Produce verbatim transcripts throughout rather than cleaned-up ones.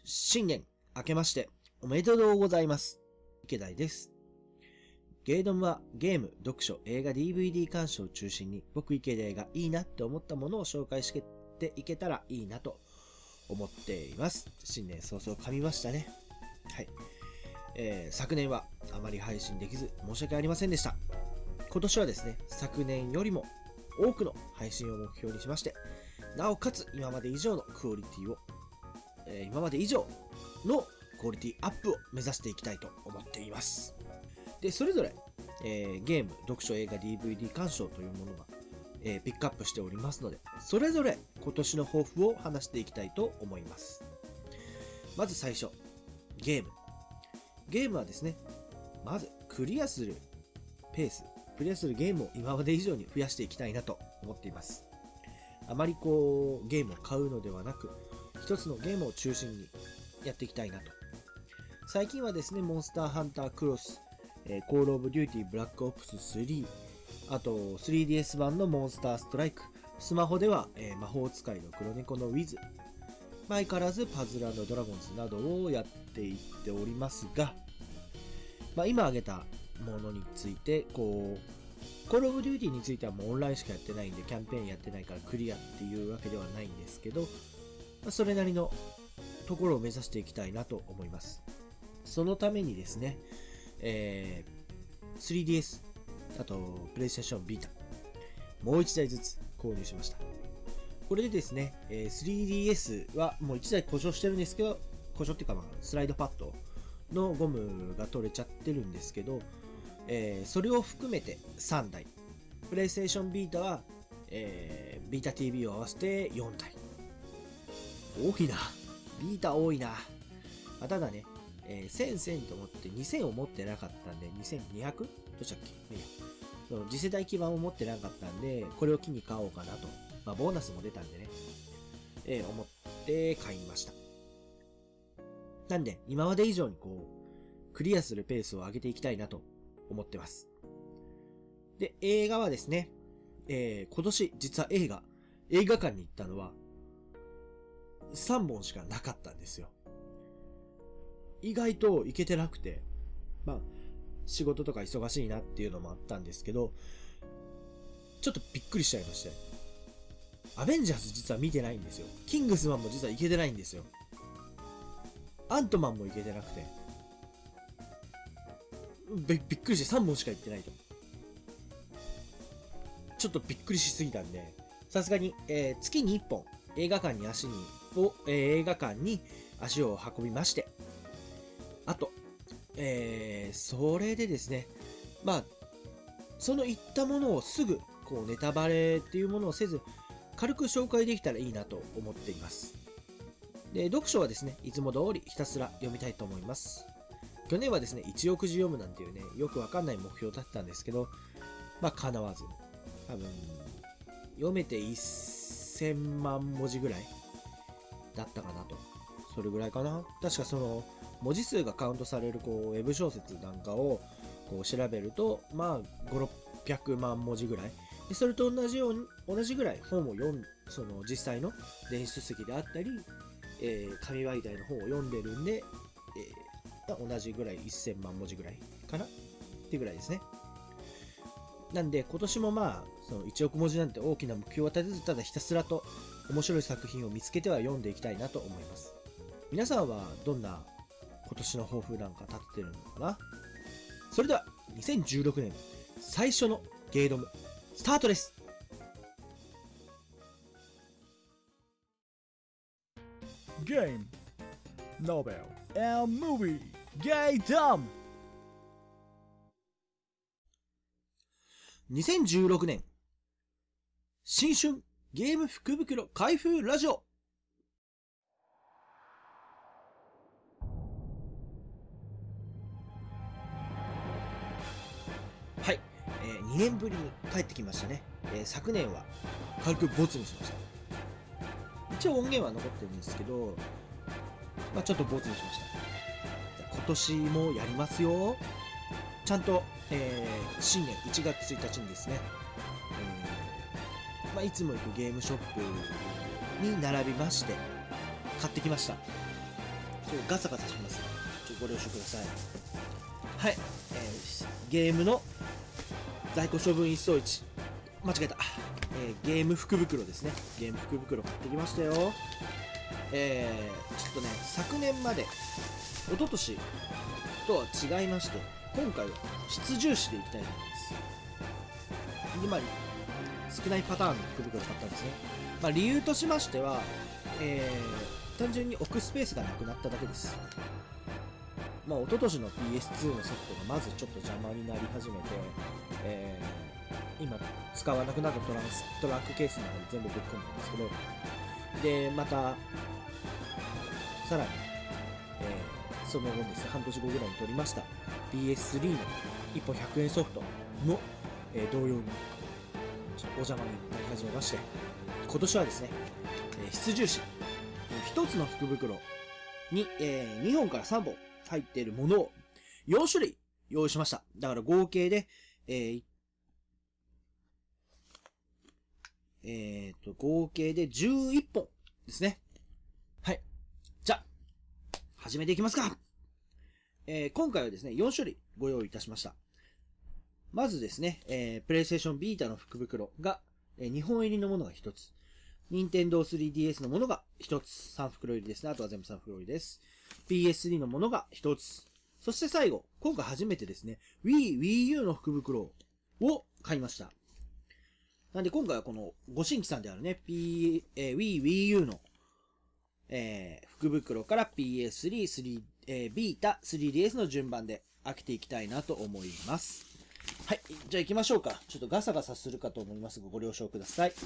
新年明けましておめでとうございます。池田です。ゲイドムはゲーム、読書、映画、ディーブイディー 鑑賞を中心に僕池田がいいなって思ったものを紹介していけたらいいなと思っています。新年早々噛みましたね。はい、えー、昨年はあまり配信できず申し訳ありませんでした。今年はですね、昨年よりも多くの配信を目標にしまして、なおかつ今まで以上のクオリティをえー、今まで以上のクオリティアップを目指していきたいと思っています。で、それぞれ、えー、ゲーム、読書、映画、ディーブイディー 鑑賞というものが、えー、ピックアップしておりますので、それぞれ今年の抱負を話していきたいと思います。まず最初、ゲーム。ゲームはですね、まずクリアするペース、クリアするゲームを今まで以上に増やしていきたいなと思っています。あまりこう、ゲームを買うのではなく、一つのゲームを中心にやっていきたいなと。最近はですね、モンスターハンタークロス、えー、コールオブデューティーブラックオプススリー、あと スリーディーエス 版のモンスターストライク、スマホでは、えー、魔法使いの黒猫のウィズ、相変わらずパズル&ドラゴンズなどをやっていっておりますが、まあ、今挙げたものについて、こう、コールオブデューティーについてはもうオンラインしかやってないんで、キャンペーンやってないからクリアっていうわけではないんですけど、それなりのところを目指していきたいなと思います。そのためにですね、えー、スリーディーエス、あとプレイステーションビータ、もういちだいずつ購入しました。これでですね、えー、スリーディーエス はもういちだい故障してるんですけど、故障っていうかまあスライドパッドのゴムが取れちゃってるんですけど、えー、それを含めてさんだい、プレイステーションビータは、えー、ビータ ティーブイ を合わせてよんだい。多いな。ビータ多いな。あ、ただね、えー、せん、せんと思ってにせんを持ってなかったんで、にせんにひゃく？ どうしたっけ？いや、その次世代基盤を持ってなかったんで、これを機に買おうかなと。まあ、ボーナスも出たんでね、えー、思って買いました。なんで、今まで以上にこう、クリアするペースを上げていきたいなと思ってます。で、映画はですね、えー、今年、実は映画、映画館に行ったのは、さんぼんしかなかったんですよ。意外と行けてなくて、まあ、仕事とか忙しいなっていうのもあったんですけど、ちょっとびっくりしちゃいまして。アベンジャーズ実は見てないんですよ。キングスマンも実は行けてないんですよ。アントマンも行けてなくて。び, びっくりしてさんぼんしか行ってないと。ちょっとびっくりしすぎたんで、さすがに、えー、月にいっぽん映画館に足にを、えー、映画館に足を運びまして、あと、えー、それでですね、まあ、その行ったものをすぐ、こう、ネタバレっていうものをせず、軽く紹介できたらいいなと思っています。で、読書はですね、いつも通りひたすら読みたいと思います。去年はですね、いちおくじ読むなんていうね、よくわかんない目標だったんですけど、まあ、叶わず、多分、読めてせんまんもじぐらいだったかなと。それぐらいかな。確かその文字数がカウントされるこうウェブ小説なんかをこう調べると、まあご、ろっぴゃくまんもじぐらい。でそれと同じように同じぐらい本を読ん、その実際の電子書籍であったり、えー、紙媒体の本を読んでるんで、えー、同じぐらいせんまんもじぐらいかなっていうぐらいですね。なんで今年もまあそのいちおくもじなんて大きな目標は立てず、ただひたすらと面白い作品を見つけては読んでいきたいなと思います。皆さんはどんな今年の抱負なんか立ててるのかな。それではにせんじゅうろくねん最初のゲイドムスタートです。 ゲーム、ノベル、and movie ゲイドム。 にせんじゅうろくねん新春ゲーム福袋開封ラジオ。はい、えー、にねんぶりに帰ってきましたね。えー、昨年は軽くボツにしました。一応音源は残ってるんですけど、まあ、ちょっとボツにしました。今年もやりますよ。ちゃんと、えー、新年いちがつついたちにですね、えーまあ、いつも行くゲームショップに並びまして買ってきました。 ちょっとガサガサしますが、ちょっとご了承ください。はい、えー、ゲームの在庫処分一掃一。間違えた。えー、ゲーム福袋ですね。ゲーム福袋買ってきましたよ。えー、ちょっとね、昨年まで、一昨年とは違いまして、今回は質重視でいきたいと思います。で、まあ、少ないパターンの福袋を買ったんですね。まあ、理由としましては、えー、単純に置くスペースがなくなっただけです。まあ、一昨年の ピーエスツー のソフトがまずちょっと邪魔になり始めて、えー、今使わなくなったトランストラックケースの中に全部ぶっ込むんですけど、で、また、さらに、えー、その後ですね、半年後ぐらいに取りました ピーエススリー のいっぽんひゃくえんソフトも、えー、同様にお邪魔になり始めまして、今年はですね、えー、質重視、ひとつの福袋に、えー、にほんからさんぼん入っているものをよんしゅるい用意しました。だから合計で、えー、えーと、合計でじゅういっぽんですね。はい。じゃあ、始めていきますか。えー、今回はですね、よんしゅるいご用意いたしました。まずですね、えー、PlayStation Vita の福袋が、えー、にほん入りのものがひとつ。Nintendo スリーディーエス のものがひとつ。さん袋入りですね。あとは全部さん袋入りです。ピーエススリー のものがひとつ。そして最後、今回初めてですね、Wii、Wii U の福袋を買いました。なんで今回はこのご新規さんであるね、P、えー、Wii、Wii U の、えー、福袋から ピーエススリー、スリー、えー、Vita、スリーディーエス の順番で開けていきたいなと思います。はい。じゃあ行きましょうか。ちょっとガサガサするかと思いますが、ご了承ください。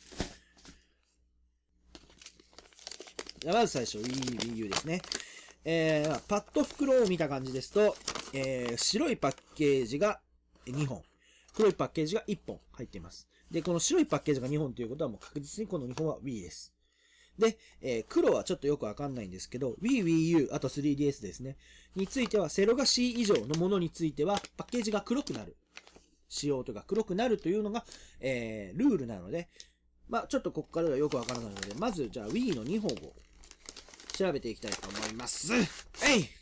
まず最初、Wii、Wii U ですね。えー、パッと袋を見た感じですと、えー、白いパッケージがにほん、黒いパッケージがいっぽん入っています。で、この白いパッケージがにほんということはもう確実にこのにほんは Wii です。で、えー、黒はちょっとよくわかんないんですけど、Wii、Wii U、あと スリーディーエス ですね。については、セロが C 以上のものについては、パッケージが黒くなる。仕様とか黒くなるというのが、えー、ルールなので、まあちょっとここからはよくわからないので、まずじゃあ Wii のにほんを調べていきたいと思います。えい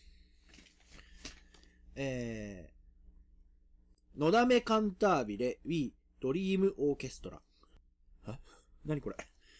えー、のだめカンタービレ Wii ドリームオーケストラ。は何これ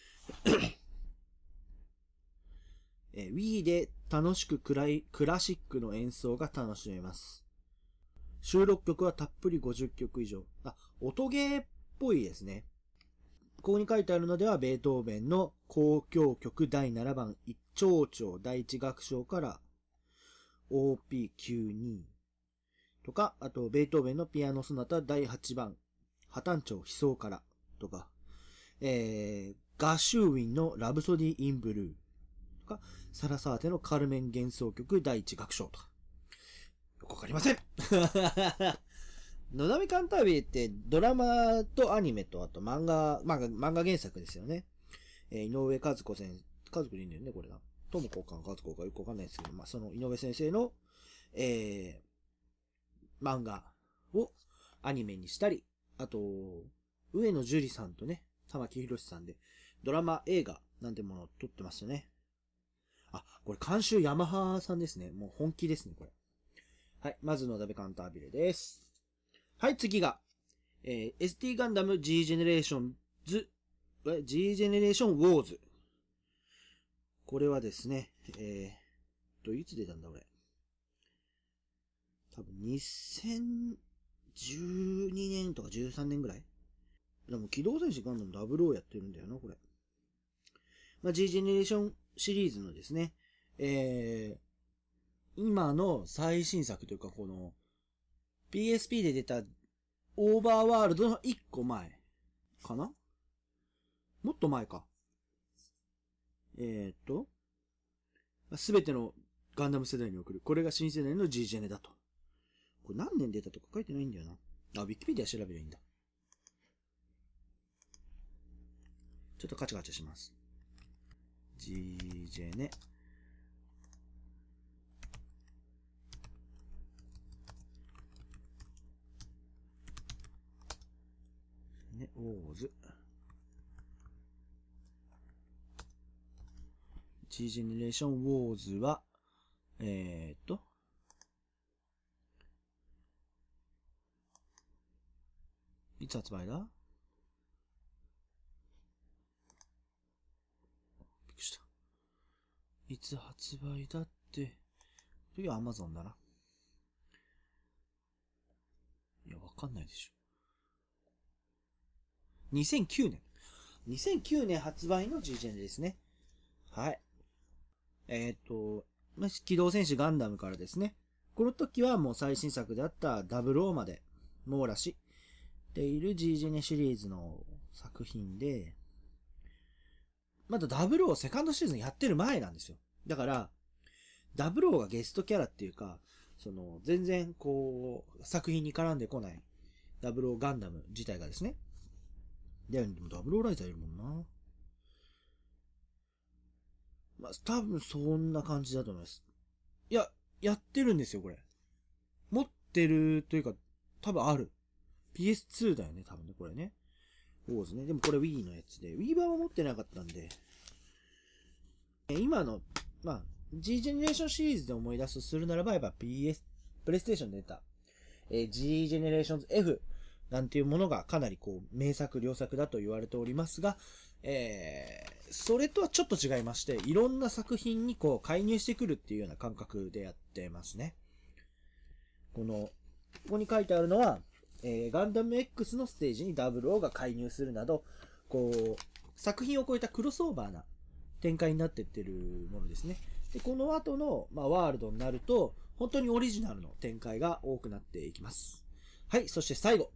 えー、Wii で楽しくクライクラシックの演奏が楽しめます。収録曲はたっぷりごじゅっきょく以上。あ、音ゲーっぽいですね。ここに書いてあるのでは、ベートーベンの交響曲だいななばん一長調第一楽章から オーピーきゅうじゅうに とか、あとベートーベンのピアノソナタだいはちばん破綻調悲壮からとか、えー、ガシューウィンのラブソディ・イン・ブルーとか、サラサーテのカルメン幻想曲だいいち楽章とか。よくわかりませんのだめカンタービレってドラマとアニメとあと漫画、漫画、漫画原作ですよね。えー、井上和子先生、和子でいいんだよね、これな。ともこか和子かよくわかんないですけど、まあ、その井上先生の、えー、漫画をアニメにしたり、あと、上野樹里さんとね、玉木宏さんで、ドラマ、映画なんてものを撮ってますよね。あ、これ監修ヤマハさんですね。もう本気ですね、これ。はい、まずのだめカンタービレです。はい、次が、えー、エスティー ガンダム G ジェネレーションズ、え、G ジェネレーションウォーズ。これはですね、えー、と、いつ出たんだ、俺。多分にせんじゅうにねんとかじゅうさんねんぐらい。でも、機動戦士ガンダムダブルオーやってるんだよな、これ。まあ、G ジェネレーションシリーズのですね、えー、今の最新作というか、この、ピーエスピー で出たオーバーワールドのいっこまえかな？もっと前か。えー、っと、すべてのガンダム世代に送る。これが新世代の G ジェネだと。これ何年出たとか書いてないんだよな。あ、ウィキペディア調べればいいんだ。ちょっとカチャカチャします。G ジェネ。ね、ウォーズ。G ジェネレーションウォーズは、 えーっと。いつ発売だ？びっくりした。いつ発売だって。次は Amazon だな。いや、わかんないでしょ。にせんきゅうねん。にせんきゅうねん発売の G ジェネですね。はい。えー、っと、機動戦士ガンダムからですね。この時はもう最新作であったダブルオーまで網羅している G ジェネシリーズの作品で、まだダブルオーセカンドシーズンやってる前なんですよ。だから、ダブルオーがゲストキャラっていうか、その、全然こう、作品に絡んでこないダブルオーガンダム自体がですね。でもダブルオーライザーいるもんな。まあ、多分そんな感じだと思います。いや、やってるんですよ、これ。持ってるというか、多分ある。ピーエスツー だよね、多分ね、これね。そうですね。でもこれ Wii のやつで、Wii 版は持ってなかったんで、今の、まあ、G ジェネレーションシリーズで思い出すとするならば、やっぱ ピーエス、プレイステーションで出た、えー、G ジェネレーションズ F なんていうものがかなりこう、名作、良作だと言われておりますが、えー、それとはちょっと違いまして、いろんな作品にこう、介入してくるっていうような感覚でやってますね。この、ここに書いてあるのは、えー、ガンダム X のステージに ダブルオー が介入するなど、こう、作品を超えたクロスオーバーな展開になっていってるものですね。で、この後の、まあ、ワールドになると、本当にオリジナルの展開が多くなっていきます。はい、そして最後。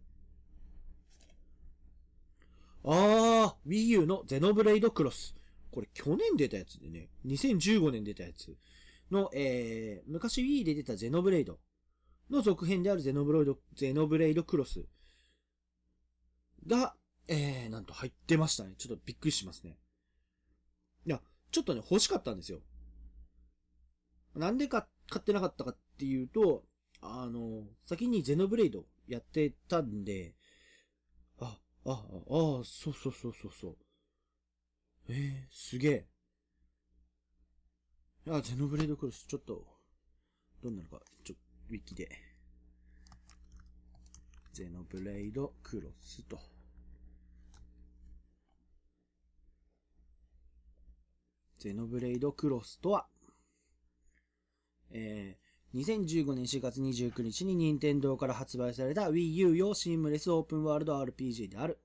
あー、Wii U のゼノブレイドクロス。これ去年出たやつでね、にせんじゅうごねん出たやつの、えー、昔 Wii で出たゼノブレイドの続編であるゼノブレイド、ゼノブレイドクロスが、えー、なんと入ってましたね。ちょっとびっくりしますね。いや、ちょっとね、欲しかったんですよ。なんでか買ってなかったかっていうと、あの、先にゼノブレイドやってたんで、あ、あ、あ、あ、そうそうそうそうそう。えー、すげえ。いや、ゼノブレイドクロス、ちょっと、どんなのか、ちょ、ウィキで。ゼノブレイドクロスと。ゼノブレイドクロスとは、えー、にせんじゅうごねんしがつにじゅうくにちに任天堂から発売された Wii U 用シームレスオープンワールド アールピージー である。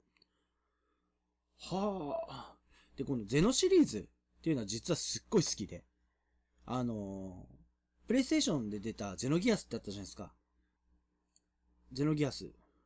はあ。で、このゼノシリーズっていうのは実はすっごい好きで。あのー、プレイステーションで出たゼノギアスってあったじゃないですか。ゼノギアス。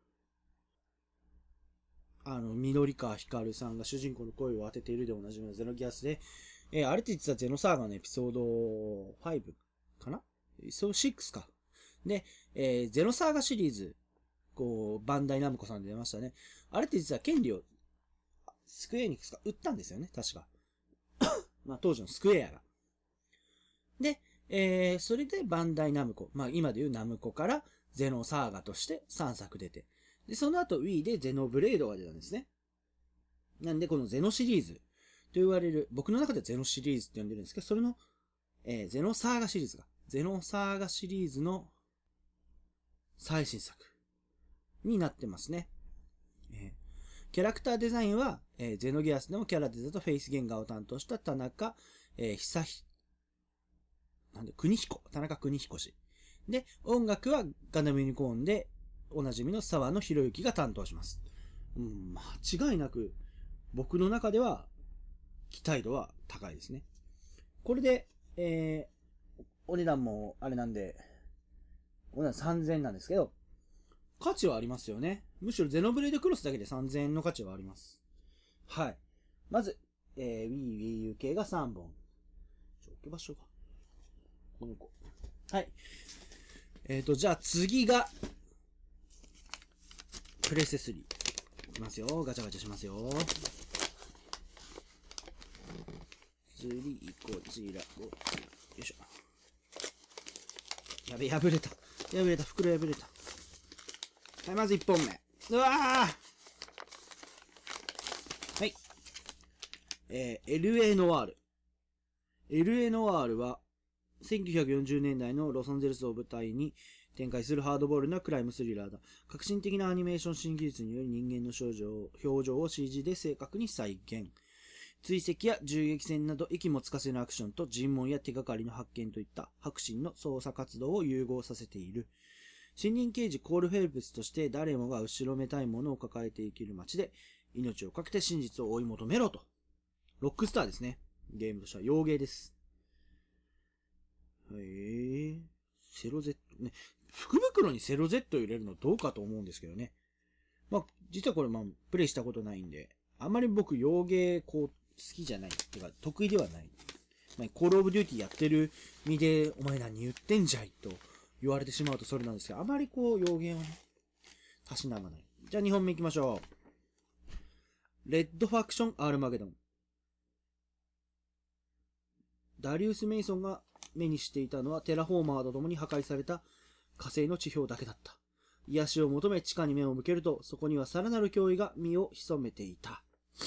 あの、緑川光さんが主人公の声を当てているでおなじみのゼノギアスで、えー、あれって実はゼノサーガのエピソードごかな？エピソードろくか。で、えー、ゼノサーガシリーズ、こう、バンダイナムコさんで出ましたね。あれって実は権利を、スクエアエニックスが売ったんですよね、確か。まあ、当時のスクエアが。で、えー、それでバンダイナムコ、まあ、今でいうナムコからゼノサーガとしてさんさく出て、で、その後 Wii でゼノブレードが出たんですね。なんで、このゼノシリーズと言われる、僕の中ではゼノシリーズって呼んでるんですけど、それの、えー、ゼノサーガシリーズが、ゼノサーガシリーズの最新作になってますね。えー、キャラクターデザインは、えー、ゼノギアスでもキャラデザとフェイスゲンガーを担当した田中、えー、久ひ、なんで、国彦、田中国彦氏。で、音楽はガンダムユニコーンで、おなじみの沢野博之が担当します。うん、間違いなく、僕の中では、期待度は高いですね。これで、えー、お値段もあれなんで、お値段さんぜんえんなんですけど、価値はありますよね。むしろゼノブレイドクロスだけでさんぜんえんの価値はあります。はい。まず、えー、Wii、Wii U 系がさんぼん。ちょ、置き場所が。この子。はい。えーと、じゃあ次が、プレステスリー。いきますよ。ガチャガチャしますよ。スリー、こちら、こちら。よいしょ。やべ、破れた。破れた、袋破れた。はい、まずいっぽんめ。うわーはい。えー、エルエー ノワール。エルエー ノワールは、 せんきゅうひゃくよんじゅうねんだいのロサンゼルスを舞台に展開するハードボールなクライムスリラーだ。革新的なアニメーション新技術により人間の症状表情を シージー で正確に再現。追跡や銃撃戦など息もつかせぬアクションと尋問や手がかりの発見といった迫真の捜査活動を融合させている。新任刑事コール・フェルプスとして誰もが後ろめたいものを抱えて生きる街で命を懸けて真実を追い求めろと。ロックスターですね。ゲームとしては洋芸です。へえ、セロ Z ね。福袋にセロ Z を入れるのどうかと思うんですけどね。まあ、実はこれまあ、プレイしたことないんで、あんまり僕洋芸こう、好きじゃない。ってか、得意ではない。まあ、コールオブデューティーやってる身で、お前何言ってんじゃいと言われてしまうとそれなんですけど、あまりこう、洋芸はね、たしなまない。じゃあにほんめ行きましょう。レッドファクションアールマゲドン。ダリウス・メイソンが目にしていたのはテラフォーマーと共に破壊された火星の地表だけだった。癒しを求め地下に目を向けると、そこにはさらなる脅威が身を潜めていた。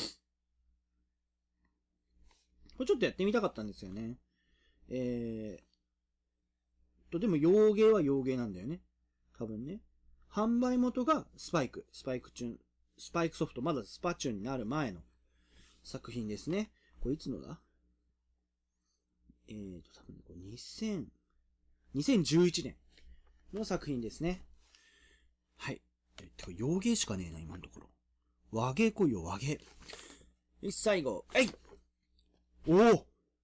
これちょっとやってみたかったんですよね。えーと、でも洋芸は洋芸なんだよね。多分ね。販売元がスパイク。スパイクチューン。スパイクソフト。まだスパチューンになる前の作品ですね。これいつのだえーと、多分これにせん、にせんじゅういちねんの作品ですね。はい。え、てか洋芸しかねえな、今のところ。和芸来いよ、和芸。よし、最後。えいおお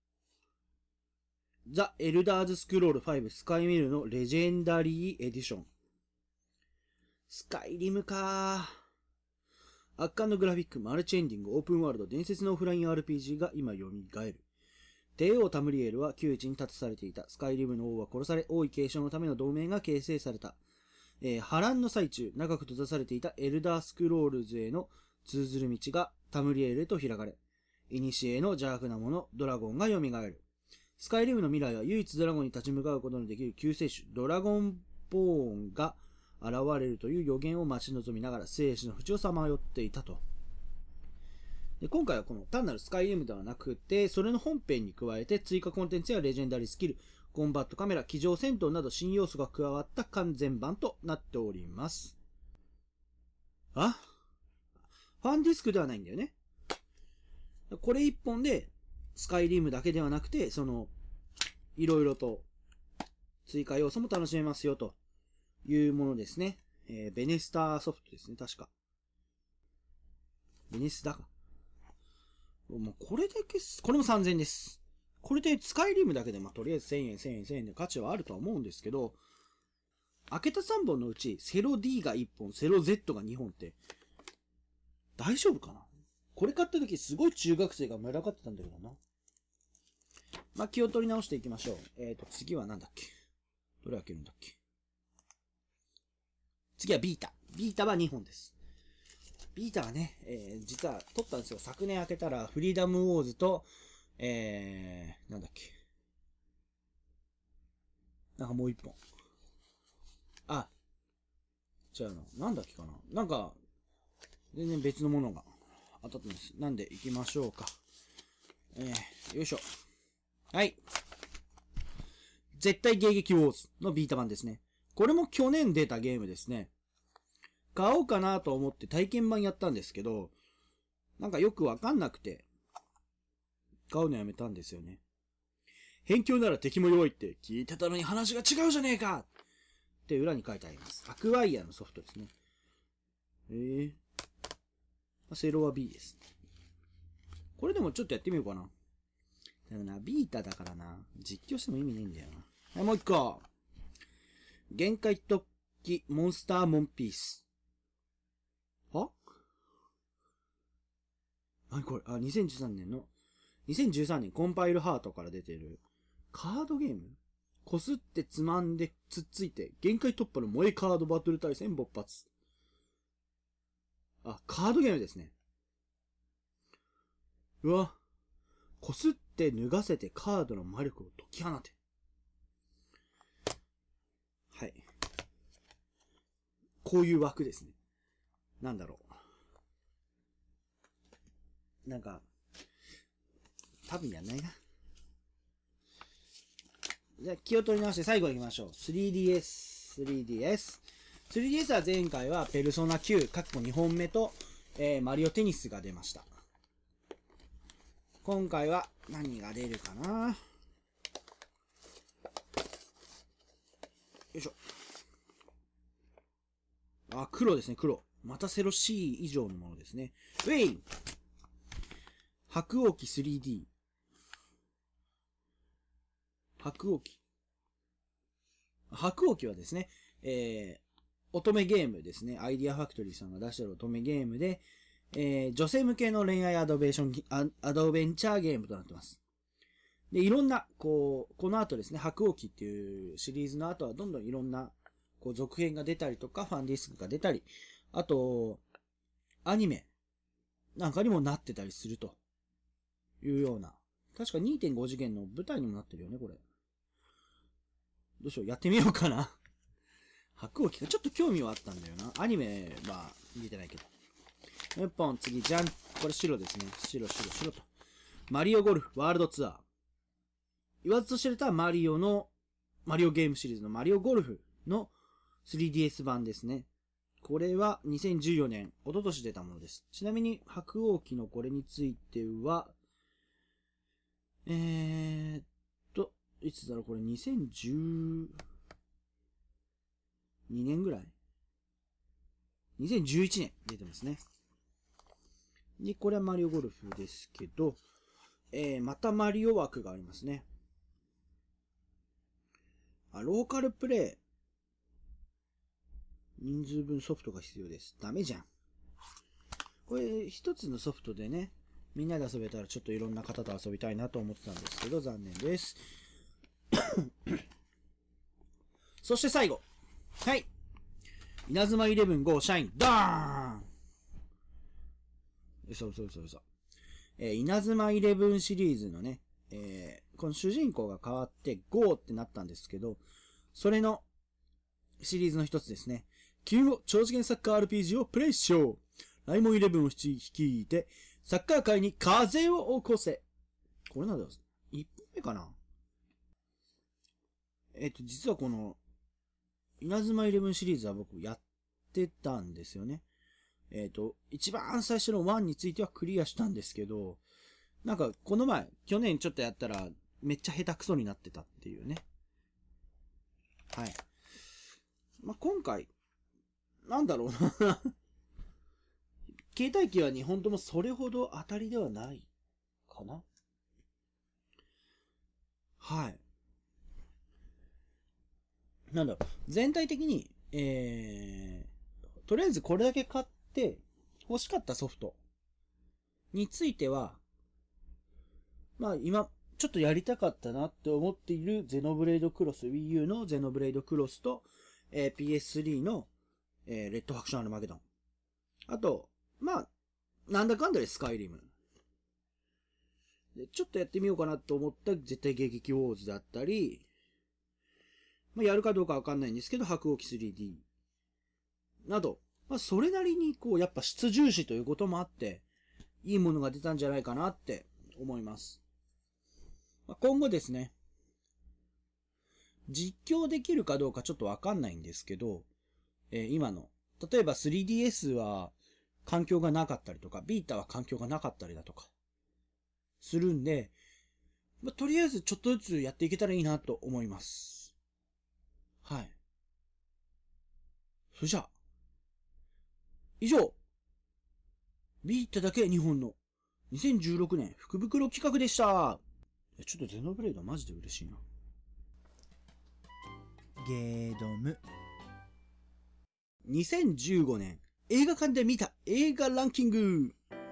ザ・エルダーズ・スクロールファイブスカイミルのレジェンダリーエディション。スカイリムかー。圧巻のグラフィック、マルチエンディング、オープンワールド、伝説のオフライン アールピージー が今蘇る。帝王タムリエルは窮地に立たされていた。スカイリムの王は殺され、王位継承のための同盟が形成された。えー、波乱の最中、長く閉ざされていたエルダースクロールズへの通ずる道がタムリエルへと開かれ、古の邪悪なもの、ドラゴンが蘇る。スカイリムの未来は唯一ドラゴンに立ち向かうことのできる救世主、ドラゴンボーンが現れるという予言を待ち望みながら生死の淵をさまよっていたと。で今回はこの単なるスカイリムではなくて、それの本編に加えて追加コンテンツやレジェンダリースキル、コンバットカメラ、机上戦闘など新要素が加わった完全版となっております。あファンディスクではないんだよね。これ一本で、スカイリムだけではなくて、その、いろいろと追加要素も楽しめますよというものですね。えー、ベネスターソフトですね、確か。ベネスだか。もうこれだけ、これもさんぜんえんです。これでスカイリムだけで、まあ、とりあえずせんえん、せんえん、せんえんで価値はあるとは思うんですけど、開けたさんぼんのうち、セロ D がいっぽん、セロ Z がにほんって、大丈夫かな？これ買った時すごい中学生が群がってたんだけどな。まあ、気を取り直していきましょう。えーと、次はなんだっけ？どれ開けるんだっけ？次はビータ。ビータはにほんです。ビータはね、えー、実は取ったんですよ。昨年開けたら、フリーダムウォーズと、えー、なんだっけ。なんかもう一本。あ、違うな。なんだっけかな。なんか、全然別のものが当たったんです。なんで行きましょうか。えー、よいしょ。はい。絶対迎撃ウォーズのビータ版ですね。これも去年出たゲームですね。買おうかなと思って体験版やったんですけど、なんかよくわかんなくて、買うのやめたんですよね。辺境なら敵も弱いって聞いてたのに話が違うじゃねえかって裏に書いてあります。アクワイアのソフトですね。えー。セロは B です。これでもちょっとやってみようかな。だからな、ビータだからな。実況しても意味ないんだよな。はい、もう一個。限界突起モンスターモンピース。は？何これ？あ、にせんじゅうさんねんの。にせんじゅうさんねんコンパイルハートから出てる。カードゲーム？こすってつまんでつっついて、限界突破の萌えカードバトル対戦勃発。あ、カードゲームですね。うわ。こすって脱がせてカードの魔力を解き放て。はい。こういう枠ですね。なんだろう。なんか、多分やんないな。 じゃあ気を取り直して最後行きましょう。スリーディーエス。スリーディーエス。スリーディーエス は前回はペルソナきゅう、かっこにほんめと、えー、マリオテニスが出ました。今回は何が出るかな。よいしょ。あ、黒ですね、黒。またセロ C 以上のものですね。ウェイ白鸚記 スリーディー。白鸚記。白鸚記はですね、えー、乙女ゲームですね。アイディアファクトリーさんが出してる乙女ゲームで、えー、女性向けの恋愛アドベーション、ア、アドベンチャーゲームとなってます。で、いろんな、こう、この後ですね、白鸚記っていうシリーズの後はどんどんいろんな、こう、続編が出たりとか、ファンディスクが出たり、あと、アニメなんかにもなってたりするというような。確か にてんご 次元の舞台にもなってるよね、これ。どうしよう、やってみようかな。白鸚記がちょっと興味はあったんだよな。アニメは見てないけど。もう一本、次、じゃん。これ白ですね。白、白、白と。マリオゴルフワールドツアー。言わずと知れたマリオの、マリオゲームシリーズのマリオゴルフの スリーディーエス 版ですね。これはにせんじゅうよねん、一昨年出たものです。ちなみに、白鸚記のこれについては、えーっと、いつだろう、これにせんじゅうにねんぐらい ?にせんじゅういちねん出てますね。で、これはマリオゴルフですけど、えー、またマリオ枠がありますね。あ、ローカルプレイ。人数分ソフトが必要です。ダメじゃん。これ、一つのソフトでね、みんなで遊べたらちょっといろんな方と遊びたいなと思ってたんですけど、残念です。そして最後。はい。稲妻イレブンゴーシャイン、ダーン嘘嘘嘘嘘。えー、稲妻イレブンシリーズのね、えー、この主人公が変わって ゴー ってなったんですけど、それのシリーズの一つですね。旧を超次元サッカー アールピージー をプレイしよう。ライモンイレブンを率いて、サッカー界に風を起こせ。これなんだろう？一本目かな？えっと、実はこの、稲妻イレブンシリーズは僕やってたんですよね。えっと、一番最初のワンについてはクリアしたんですけど、なんかこの前、去年ちょっとやったらめっちゃ下手くそになってたっていうね。はい。まあ、今回、なんだろうな。携帯機はにほんともそれほど当たりではないかな。はい。なんだろう、全体的に、えー、とりあえずこれだけ買って欲しかったソフトについては、まあ今、ちょっとやりたかったなって思っているゼノブレイドクロス、Wii U のゼノブレイドクロスと、えー、ピーエススリー の、えー、レッドファクションアルマゲドン。あと、まあ、なんだかんだでスカイリム。で、ちょっとやってみようかなと思った絶対迎撃ウォーズだったり、まあ、やるかどうかわかんないんですけど、白鸚記 スリーディー など、まあ、それなりにこう、やっぱ質重視ということもあって、いいものが出たんじゃないかなって思います。まあ、今後ですね、実況できるかどうかちょっとわかんないんですけど、えー、今の、例えば スリーディーエス は環境がなかったりとか、ビータは環境がなかったりだとか、するんで、まあ、とりあえずちょっとずつやっていけたらいいなと思います。はい。それじゃあ、以上、ビータだけ日本のにせんじゅうろくねん福袋企画でした。ちょっとゼノブレイドはマジで嬉しいな。 ゲードム。 にせんじゅうごねん映画館で見た映画ランキング。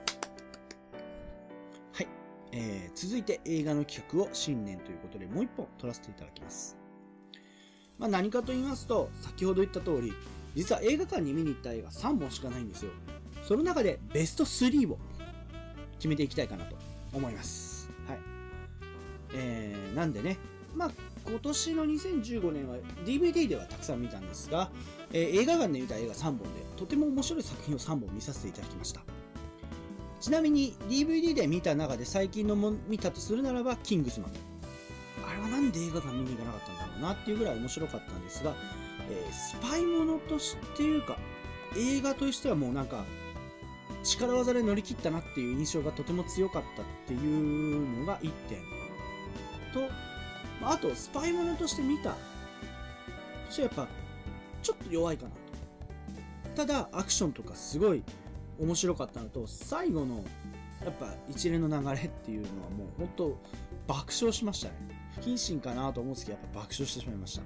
はい、えー、続いて映画の企画を新年ということでもう一本撮らせていただきます。まあ何かと言いますと、先ほど言った通り、実は映画館に見に行った映画さんぼんしかないんですよ。その中でベストスリーを決めていきたいかなと思います。はい。えー、なんでね、まあ今年のにせんじゅうごねんは ディーブイディー ではたくさん見たんですが、えー、映画館で見た映画さんぼんでとても面白い作品をさんぼん見させていただきました。ちなみに ディーブイディー で見た中で最近のも見たとするならばキングスマン。あれはなんで映画館見に行かなかったんだろうなっていうぐらい面白かったんですが、えー、スパイものとしていうか映画としてはもうなんか力技で乗り切ったなっていう印象がとても強かったっていうのがいってんと、あとスパイものとして見たそしてやっぱちょっと弱いかなと。ただアクションとかすごい面白かったのと、最後のやっぱ一連の流れっていうのはもう本当爆笑しましたね。不謹慎かなと思うんですけどやっぱ爆笑してしまいました。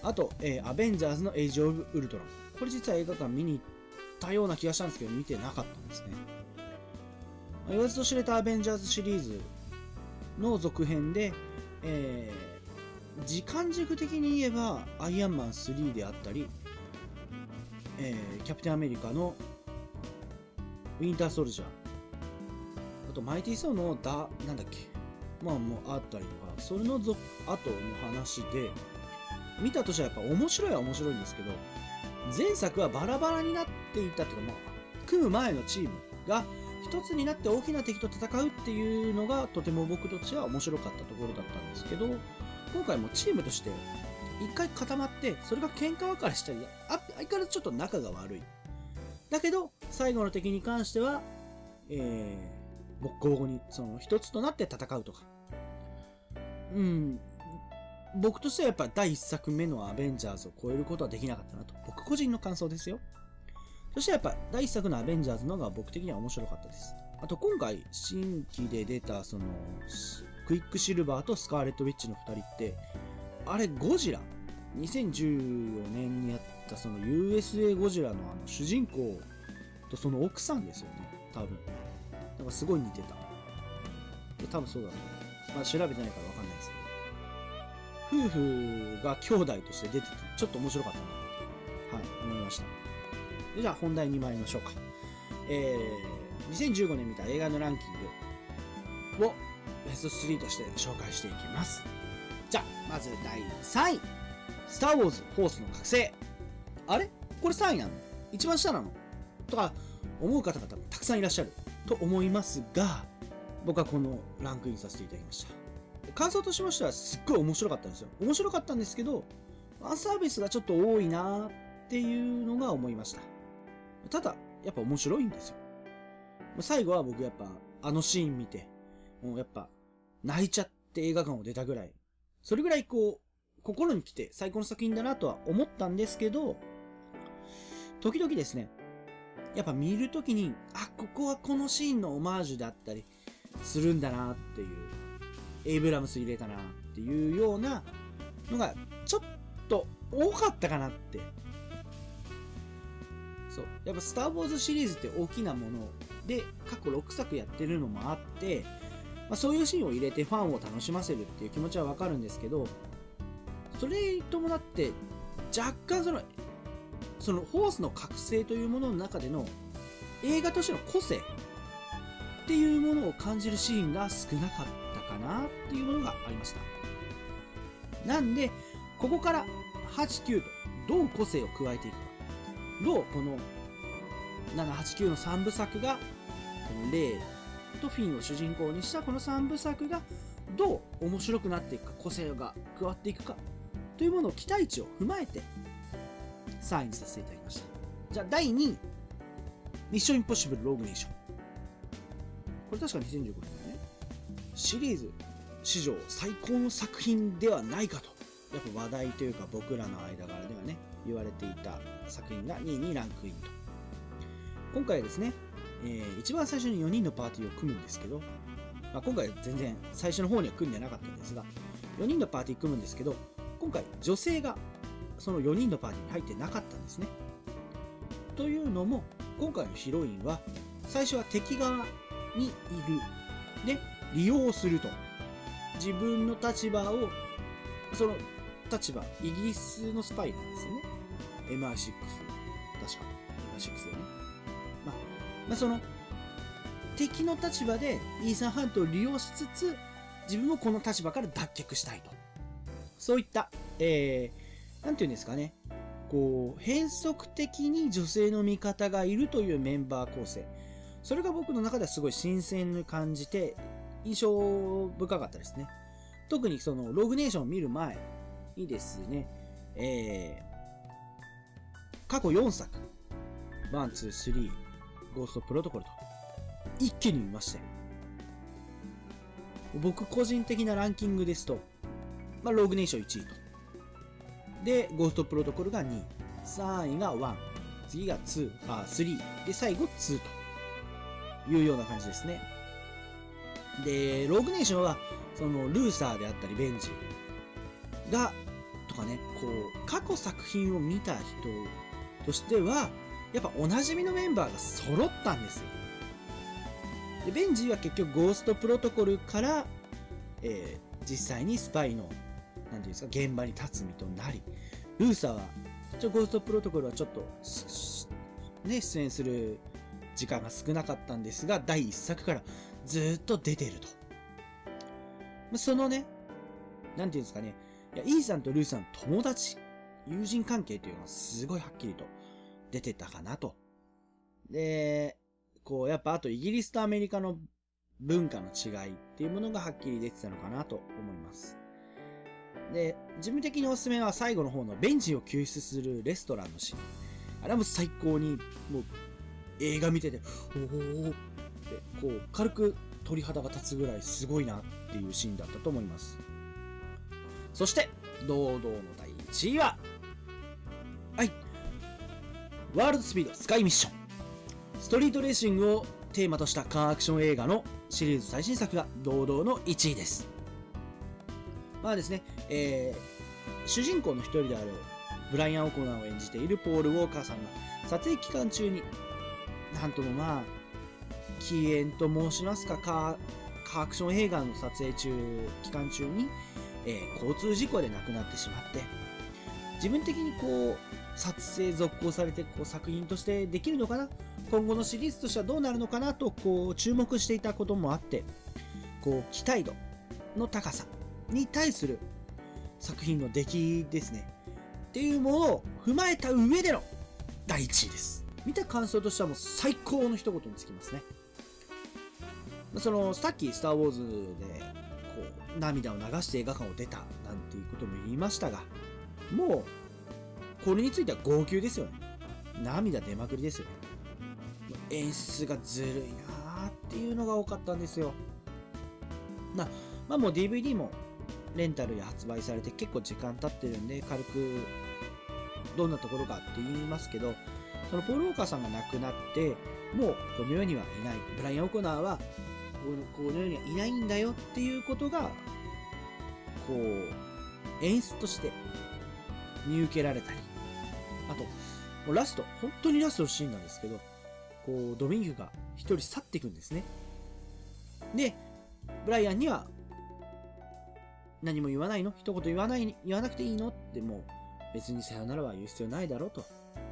あと、えー、アベンジャーズのエイジオブウルトラン、これ実は映画館見に行ったような気がしたんですけど見てなかったんですね。言わずと知れたアベンジャーズシリーズの続編で、えー、時間軸的に言えばアイアンマンスリーであったり、えー、キャプテンアメリカのウィンターソルジャー、あとマイティーソーのダなんだっけまあもうあったりとか、それの後の話で見たとしてはやっぱ面白いは面白いんですけど、前作はバラバラになっていたというか、まあ、組む前のチームが一つになって大きな敵と戦うっていうのがとても僕としては面白かったところだったんですけど、今回もチームとして一回固まってそれが喧嘩別れしたり、あ相変わらずちょっと仲が悪いだけど最後の敵に関しては、えー、ボッコボコにその一つとなって戦うとか、うん僕としてはやっぱだいいっさくめのアベンジャーズを超えることはできなかったなと、僕個人の感想ですよ。そしてやっぱだいいっさくのアベンジャーズの方が僕的には面白かったです。あと今回新規で出たそのクイックシルバーとスカーレットウィッチのふたりってあれゴジラにせんじゅうよねんにやったその ユーエスエー ゴジラのあの主人公とその奥さんですよね多分。なんかすごい似てた。多分そうだと思う。まあ調べてないからわかんないですけど、夫婦が兄弟として出ててちょっと面白かったなと、はい、思いました。でじゃあ本題に参りましょうか。えー、にせんじゅうごねん見た映画のランキングをベストスリーとして紹介していきます。じゃあまずだいさんい、スター・ウォーズ・フォースの覚醒。あれこれさんいなの？一番下なの？とか思う方々もたくさんいらっしゃると思いますが、僕はこのランクインさせていただきました。感想としましてはすっごい面白かったんですよ。面白かったんですけどファンサービスがちょっと多いなっていうのが思いました。ただやっぱ面白いんですよ。最後は僕やっぱあのシーン見てもうやっぱ泣いちゃって映画館を出たぐらい、それぐらいこう心に来て最高の作品だなとは思ったんですけど、時々ですねやっぱ見るときにあここはこのシーンのオマージュだったりするんだなっていう、エイブラムス入れたなっていうようなのがちょっと多かったかなって。そうやっぱスター・ウォーズシリーズって大きなもので過去ろくさくやってるのもあって、まあ、そういうシーンを入れてファンを楽しませるっていう気持ちはわかるんですけど、それに伴って若干そのそのフォースの覚醒というものの中での映画としての個性っていうものを感じるシーンが少なかったかなっていうものがありました。なんでここからはち、きゅうとどう個性を加えていくか、どうこのなな、はち、きゅうのさんぶさくがこのレイとフィンを主人公にしたこのさんぶさくがどう面白くなっていくか、個性が加わっていくかというものを期待値を踏まえてさんいにさせていただきました。じゃあだいにい、ミッションインポッシブルローグネーション。これ確かにせんじゅうごねんだよね。シリーズ史上最高の作品ではないかとやっぱ話題というか僕らの間柄ではね言われていた作品がにいにランクインと。今回はですね、えー、一番最初によにんのパーティーを組むんですけど、まあ、今回全然最初の方には組んでなかったんですがよにんのパーティー組むんですけど、今回女性がそのよにんのパーティーに入ってなかったんですね。というのも今回のヒロインは最初は敵側にいるで利用すると、自分の立場をその立場イギリスのスパイなんですよね。 エムアイシックス 確か エムアイシックス だよね。まあ、まあ、その敵の立場でイーサン・ハントを利用しつつ自分もこの立場から脱却したいと、そういったえー、なんていうんですかね、こう変則的に女性の味方がいるというメンバー構成、それが僕の中ではすごい新鮮に感じて印象深かったですね。 特にそのログネーションを見る前にですね、えー、過去よんさく、ワン、ツー、スリー、ゴーストプロトコルと一気に見まして、僕個人的なランキングですと、まあ、ログネーションいちいと。で、ゴーストプロトコルがにい、さんいがいち、次がに、あ、さん、で、最後にというような感じですね。で、ログネーションは、その、ルーサーであったり、ベンジが、とかね、こう、過去作品を見た人としては、やっぱおなじみのメンバーが揃ったんですよ。で、ベンジは結局ゴーストプロトコルから、えー、実際にスパイの、なんていうんですか、現場に立つ身となり、ルーサーは、ちょゴーストプロトコルはちょっと、ね、出演する時間が少なかったんですが、だいいっさくからずーっと出てると。そのね、なんていうんですかね、いやイーサンとルーさん友達、友人関係というのがすごいはっきりと出てたかなと。で、こう、やっぱあとイギリスとアメリカの文化の違いっていうものがはっきり出てたのかなと思います。で、自分的におすすめは最後の方のベンジを救出するレストランのシーン。あれはもう最高に、もう映画見てて、おーって、こう、軽く鳥肌が立つぐらいすごいなっていうシーンだったと思います。そして、堂々のだいいちいは、はい。ワールドスピードスカイミッション。ストリートレーシングをテーマとしたカーアクション映画のシリーズ最新作が堂々のいちいです。まあですね、えー、主人公の一人であるブライアン・オコナーを演じているポール・ウォーカーさんが撮影期間中に、なんともまあ、起源と申しますか、カー、カーアクション映画の撮影中、期間中に、えー、交通事故で亡くなってしまって、自分的にこう、撮影続行されてこう作品としてできるのかな、今後のシリーズとしてはどうなるのかなとこう注目していたこともあって、こう期待度の高さに対する作品の出来ですねっていうものを踏まえた上でのだいいちいです。見た感想としてはもう最高の一言につきますね。そのさっきスター・ウォーズでこう涙を流して映画館を出たなんていうことも言いましたが、もうこれについては号泣ですよね。涙出まくりですよね。演出がずるいなーっていうのが多かったんですよ。まあ、まあもう ディーブイディー もレンタルで発売されて結構時間経ってるんで軽くどんなところかって言いますけど、そのポール・ウォーカーさんが亡くなってもうこの世にはいない、ブライアン・オコナーはこの世にはいないんだよっていうことがこう演出として見受けられたり、あともうラスト、本当にラストのシーンなんですけど、こうドミングが一人去っていくんですね。でブライアンには何も言わないの、一言言わない言わなくていいのって、もう別にさよならは言う必要ないだろうと。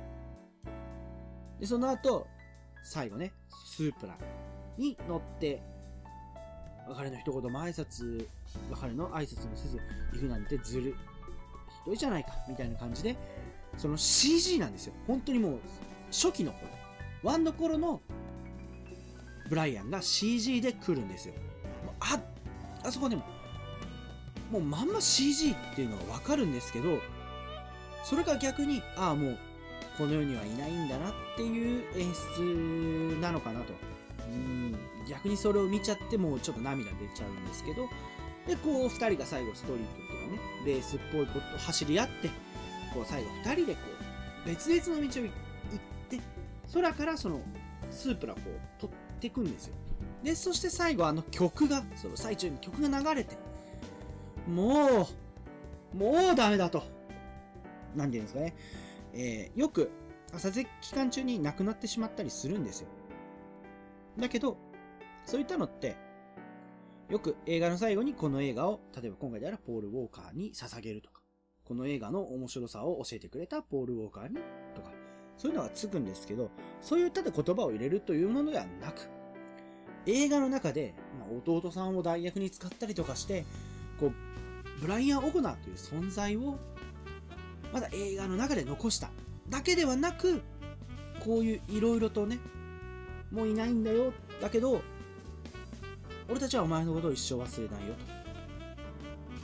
でその後最後ね、スープラに乗って別れの一言も挨拶別れの挨拶もせず行くなんてずるひどいじゃないかみたいな感じで、その シージー なんですよ。本当にもう初期の頃、ワンの頃のブライアンが シージー で来るんですよ。もうああそこでももうまんま シージー っていうのがわかるんですけど、それが逆にああもうこの世にはいないんだなっていう演出なのかなと。うーん逆にそれを見ちゃってもうちょっと涙出ちゃうんですけど、でこうふたりが最後ストリートとかねレースっぽいこと走り合って、こう最後ふたりでこう別々の道を行って空からそのスープラをこう取っていくんですよ。でそして最後あの曲がその最中に曲が流れて、もうもうダメだと、なんていうんですかね、えー、よく撮影期間中に亡くなってしまったりするんですよ。だけどそういったのってよく映画の最後にこの映画を例えば今回であればポール・ウォーカーに捧げるとか、この映画の面白さを教えてくれたポール・ウォーカーにとか、そういうのがつくんですけど、そういったで言葉を入れるというものではなく、映画の中で、まあ、弟さんを代役に使ったりとかしてこうブライアン・オコナーという存在をまだ映画の中で残しただけではなく、こういういろいろとね、もういないんだよ、だけど俺たちはお前のことを一生忘れないよ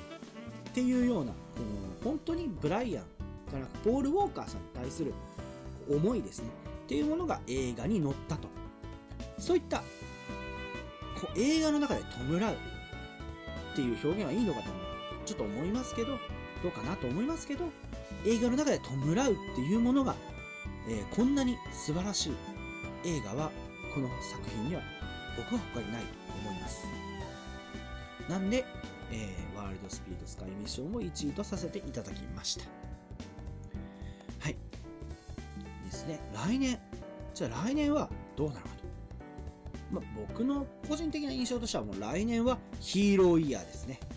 っていうような、この本当にブライアンからポール・ウォーカーさんに対する思いですねっていうものが映画に載ったと。そういったこう映画の中で弔うっていう表現はいいのかとちょっと思いますけど、どうかなと思いますけど、映画の中で弔うっていうものが、えー、こんなに素晴らしい映画はこの作品には僕は他にないと思います。なんで、えー、ワールドスピードスカイミッションをいちいとさせていただきました。はい。ですね。来年。じゃあ来年はどうなのかと。まあ、僕の個人的な印象としてはもう来年はヒーローイヤーですね。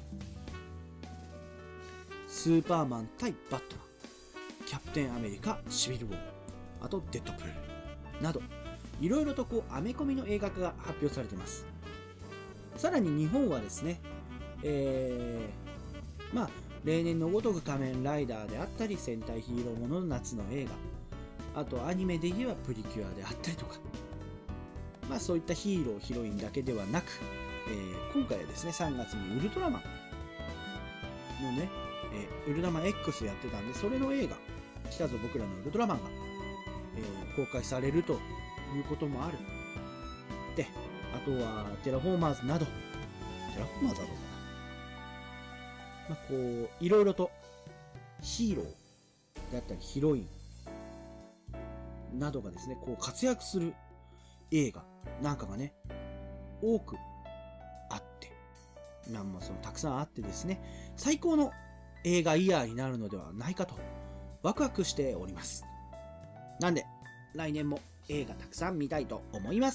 スーパーマン対バットマン、キャプテンアメリカシビルウォー、あとデッドプールなど、いろいろとこうアメコミの映画化が発表されています。さらに日本はですね、えー、まあ例年のごとく仮面ライダーであったり、戦隊ヒーローものの夏の映画、あとアニメで言えばプリキュアであったりとか、まあそういったヒーローヒロインだけではなく、えー、今回はですねさんがつにウルトラマンのね、えー、ウルトラマン X やってたんで、それの映画来たぞ僕らのウルトラマンが、えー、公開されるということもある。で、あとはテラフォーマーズなど、テラフォーマーズはどうかな、まあ、こういろいろとヒーローであったりヒロインなどがですねこう活躍する映画なんかがね多くあって、まあまあそのたくさんあってですね、最高の映画イヤーになるのではないかとワクワクしております。なんで来年も映画たくさん見たいと思います。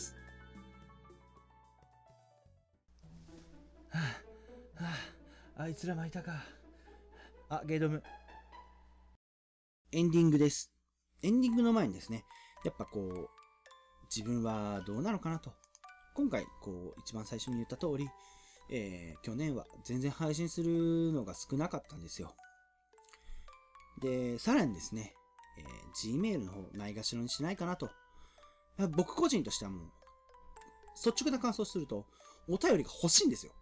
はあ、はあ、あいつらもいたか。あ、ゲイドム。エンディングです。エンディングの前にですね、やっぱこう、自分はどうなのかなと。今回、こう、一番最初に言った通り、えー、去年は全然配信するのが少なかったんですよ。で、さらにですね、えー、Gmail の方ないがしろにしないかなと。僕個人としてはもう、率直な感想をすると、お便りが欲しいんですよ。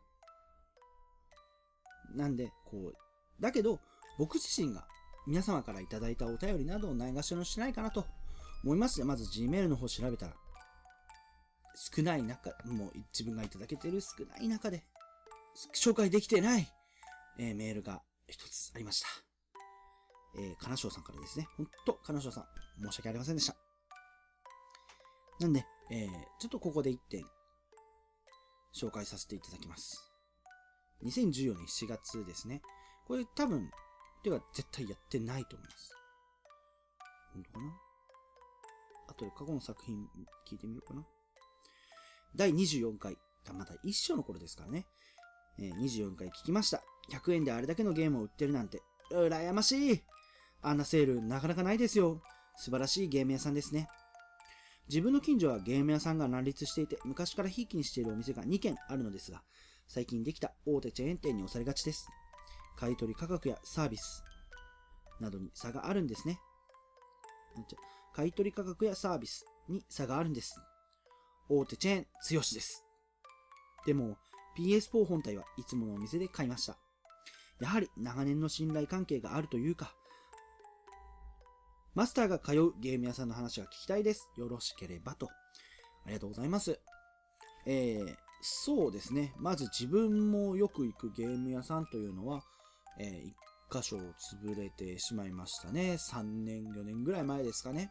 なんで、こう、だけど、僕自身が皆様からいただいたお便りなどをないがしろにしないかなと思いますので、まず Gmail の方を調べたら、少ない中、もう自分がいただけている少ない中で、紹介できてない、えー、メールが一つありました。えー、金賞さんからですね。ほんと、金賞さん、申し訳ありませんでした。なんで、えー、ちょっとここで一点、紹介させていただきます。にせんじゅうよねんしがつですね。これ多分、では絶対やってないと思います。本当かな？あとで過去の作品聞いてみようかな。だいにじゅうよんかい、まだ一章の頃ですからね。えー、にじゅうよんかい聞きました。ひゃくえんであれだけのゲームを売ってるなんて、羨ましい。あんなセールなかなかないですよ。素晴らしいゲーム屋さんですね。自分の近所はゲーム屋さんが乱立していて、昔からひいきにしているお店がにけんあるのですが、最近できた大手チェーン店に押されがちです。買取価格やサービスなどに差があるんですね。買取価格やサービスに差があるんです。大手チェーン強しです。でも ピーエスフォー 本体はいつものお店で買いました。やはり長年の信頼関係があるというか、マスターが通うゲーム屋さんの話が聞きたいです。よろしければと。ありがとうございます。えー、そうですね。まず自分もよく行くゲーム屋さんというのは、えー、一箇所潰れてしまいましたね。さんねん、よねんぐらい前ですかね。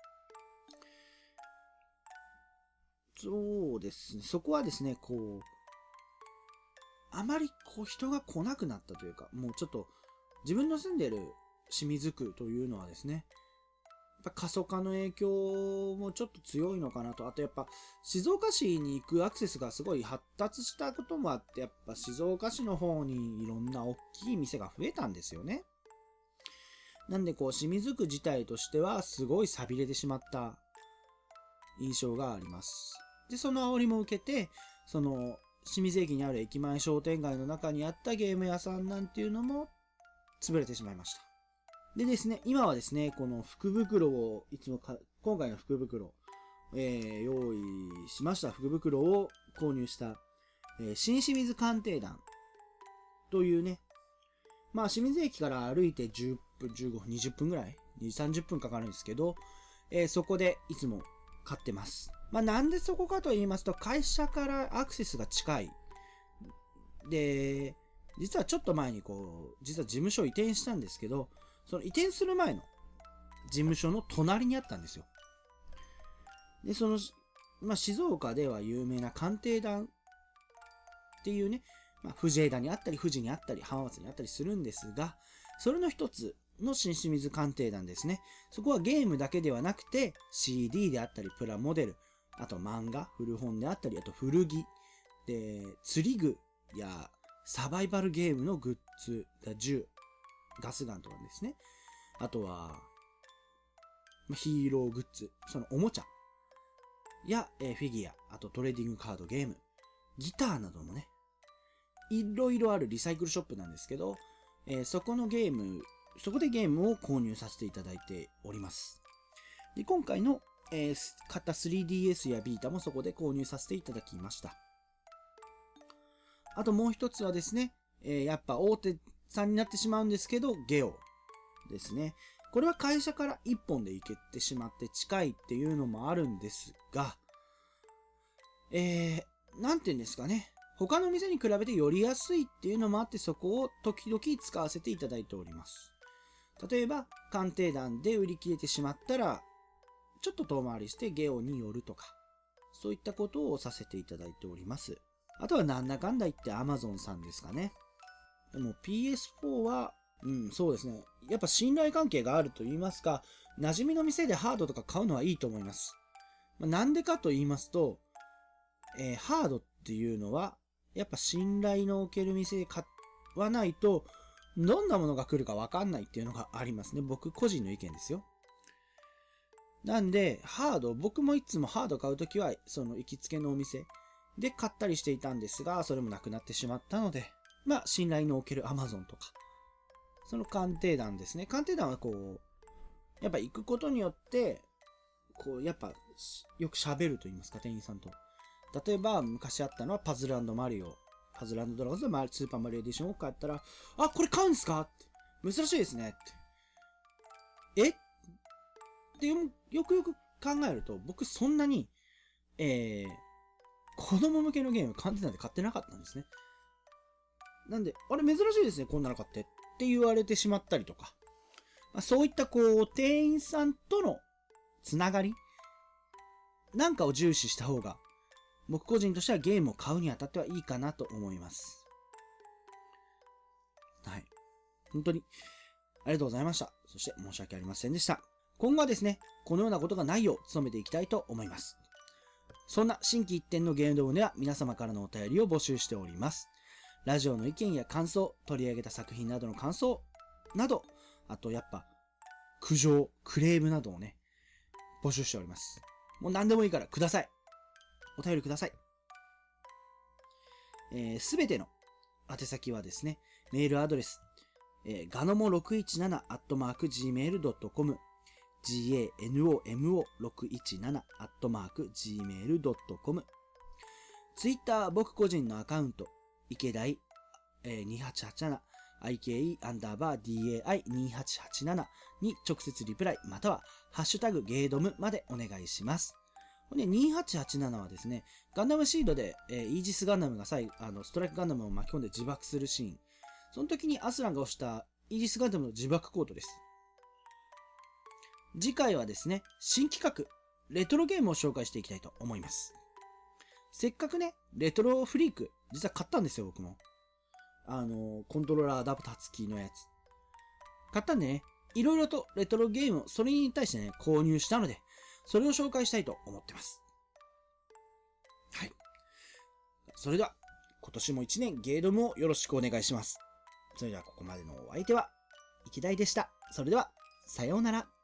そうですね。そこはですね、こう、あまりこう人が来なくなったというか、もうちょっと自分の住んでる清水区というのはですね、やっぱ過疎化の影響もちょっと強いのかなと。あとやっぱ静岡市に行くアクセスがすごい発達したこともあって、やっぱ静岡市の方にいろんな大きい店が増えたんですよね。なんでこう清水区自体としてはすごい寂れてしまった印象があります。で、その煽りも受けて、その清水駅にある駅前商店街の中にあったゲーム屋さんなんていうのも潰れてしまいました。でですね、今はですね、この福袋を、いつもか、今回の福袋、えー、用意しました福袋を購入した、えー、新清水鑑定団というね、 まあ清水駅から歩いてじゅっぷん、じゅうごふん、にじゅっぷんぐらい、にじゅう、さんじゅっぷんかかるんですけど、えー、そこでいつも買ってます。まあなんでそこかと言いますと、会社からアクセスが近い。で、実はちょっと前にこう、実は事務所移転したんですけど、その移転する前の事務所の隣にあったんですよ。で、その、まあ静岡では有名な鑑定団っていうね、まあ、藤枝にあったり、富士にあったり、浜松にあったりするんですが、それの一つの新清水鑑定団ですね。そこはゲームだけではなくて、シーディー であったり、プラモデル、あと漫画、古本であったり、あと古着、で、釣り具やサバイバルゲームのグッズ、銃、ガスガンとかですね。あとは、ヒーローグッズ、そのおもちゃや、えー、フィギュア、あとトレーディングカードゲーム、ギターなどもね、いろいろあるリサイクルショップなんですけど、えー、そこのゲーム、そこでゲームを購入させていただいております。で、今回の、えー、買った スリーディーエス やビータもそこで購入させていただきました。あともう一つはですね、えー、やっぱ大手さんになってしまうんですけど、ゲオですね。これは会社から一本で行けてしまって近いっていうのもあるんですが、えー、なんて言うんですかね。他の店に比べてより安いっていうのもあって、そこを時々使わせていただいております。例えば、鑑定団で売り切れてしまったら、ちょっと遠回りしてゲオに寄るとか、そういったことをさせていただいております。あとはなんだかんだ言って Amazon さんですかね。でも ピーエスフォー は、うん、そうですね。やっぱ信頼関係があると言いますか、馴染みの店でハードとか買うのはいいと思います。まあ、なんでかと言いますと、えー、ハードっていうのは、やっぱ信頼のおける店で買わないと、どんなものが来るかわかんないっていうのがありますね。僕個人の意見ですよ。なんで、ハード、僕もいつもハード買うときは、その行きつけのお店で買ったりしていたんですが、それもなくなってしまったので、まあ、信頼のおける Amazon とか、その鑑定団ですね。鑑定団はこう、やっぱ行くことによって、こう、やっぱ、よく喋ると言いますか、店員さんと。例えば、昔あったのはパズル&マリオ。パズル&ドラゴンズのスーパーマリオエディションを買ったら、あ、これ買うんすかって。珍しいですね。って。えってよ、よくよく考えると、僕そんなに、えー、子供向けのゲーム鑑定団で買ってなかったんですね。なんで、あれ珍しいですね、こんなの買って。って言われてしまったりとか。まあ、そういったこう、店員さんとのつながりなんかを重視した方が、僕個人としてはゲームを買うにあたってはいいかなと思います。はい。本当に、ありがとうございました。そして申し訳ありませんでした。今後はですね、このようなことがないよう努めていきたいと思います。そんな新規一点のゲームドームでは皆様からのお便りを募集しております。ラジオの意見や感想、取り上げた作品などの感想など、あとやっぱ、苦情、クレームなどをね、募集しております。もう何でもいいからください。お便りください。すべ、えー、ての宛先はですね、メールアドレス、えー、ガノモろくいちなな アットマーク ジーメール ドットコム ジーエーエヌオーエムオーろくいちなな アットマーク ジーメール ドットコム ツイッター僕個人のアカウント、池大、えー、にはちはちなな アイケーイー アンダーバー ディーエーアイにはちはちなな に直接リプライまたはハッシュタグゲードムまでお願いします。でにはちはちななはですね、ガンダムシードで、えー、イージスガンダムが最あのストライクガンダムを巻き込んで自爆するシーン。その時にアスランが押したイージスガンダムの自爆コードです。次回はですね、新企画、レトロゲームを紹介していきたいと思います。せっかくね、レトロフリーク、実は買ったんですよ、僕も。あの、コントローラーアダプター付きのやつ。買ったんでね、いろいろとレトロゲームをそれに対してね、購入したので、それを紹介したいと思ってます。はい。それでは、今年も一年ゲードムをよろしくお願いします。それではここまでのお相手は、池田でした。それでは、さようなら。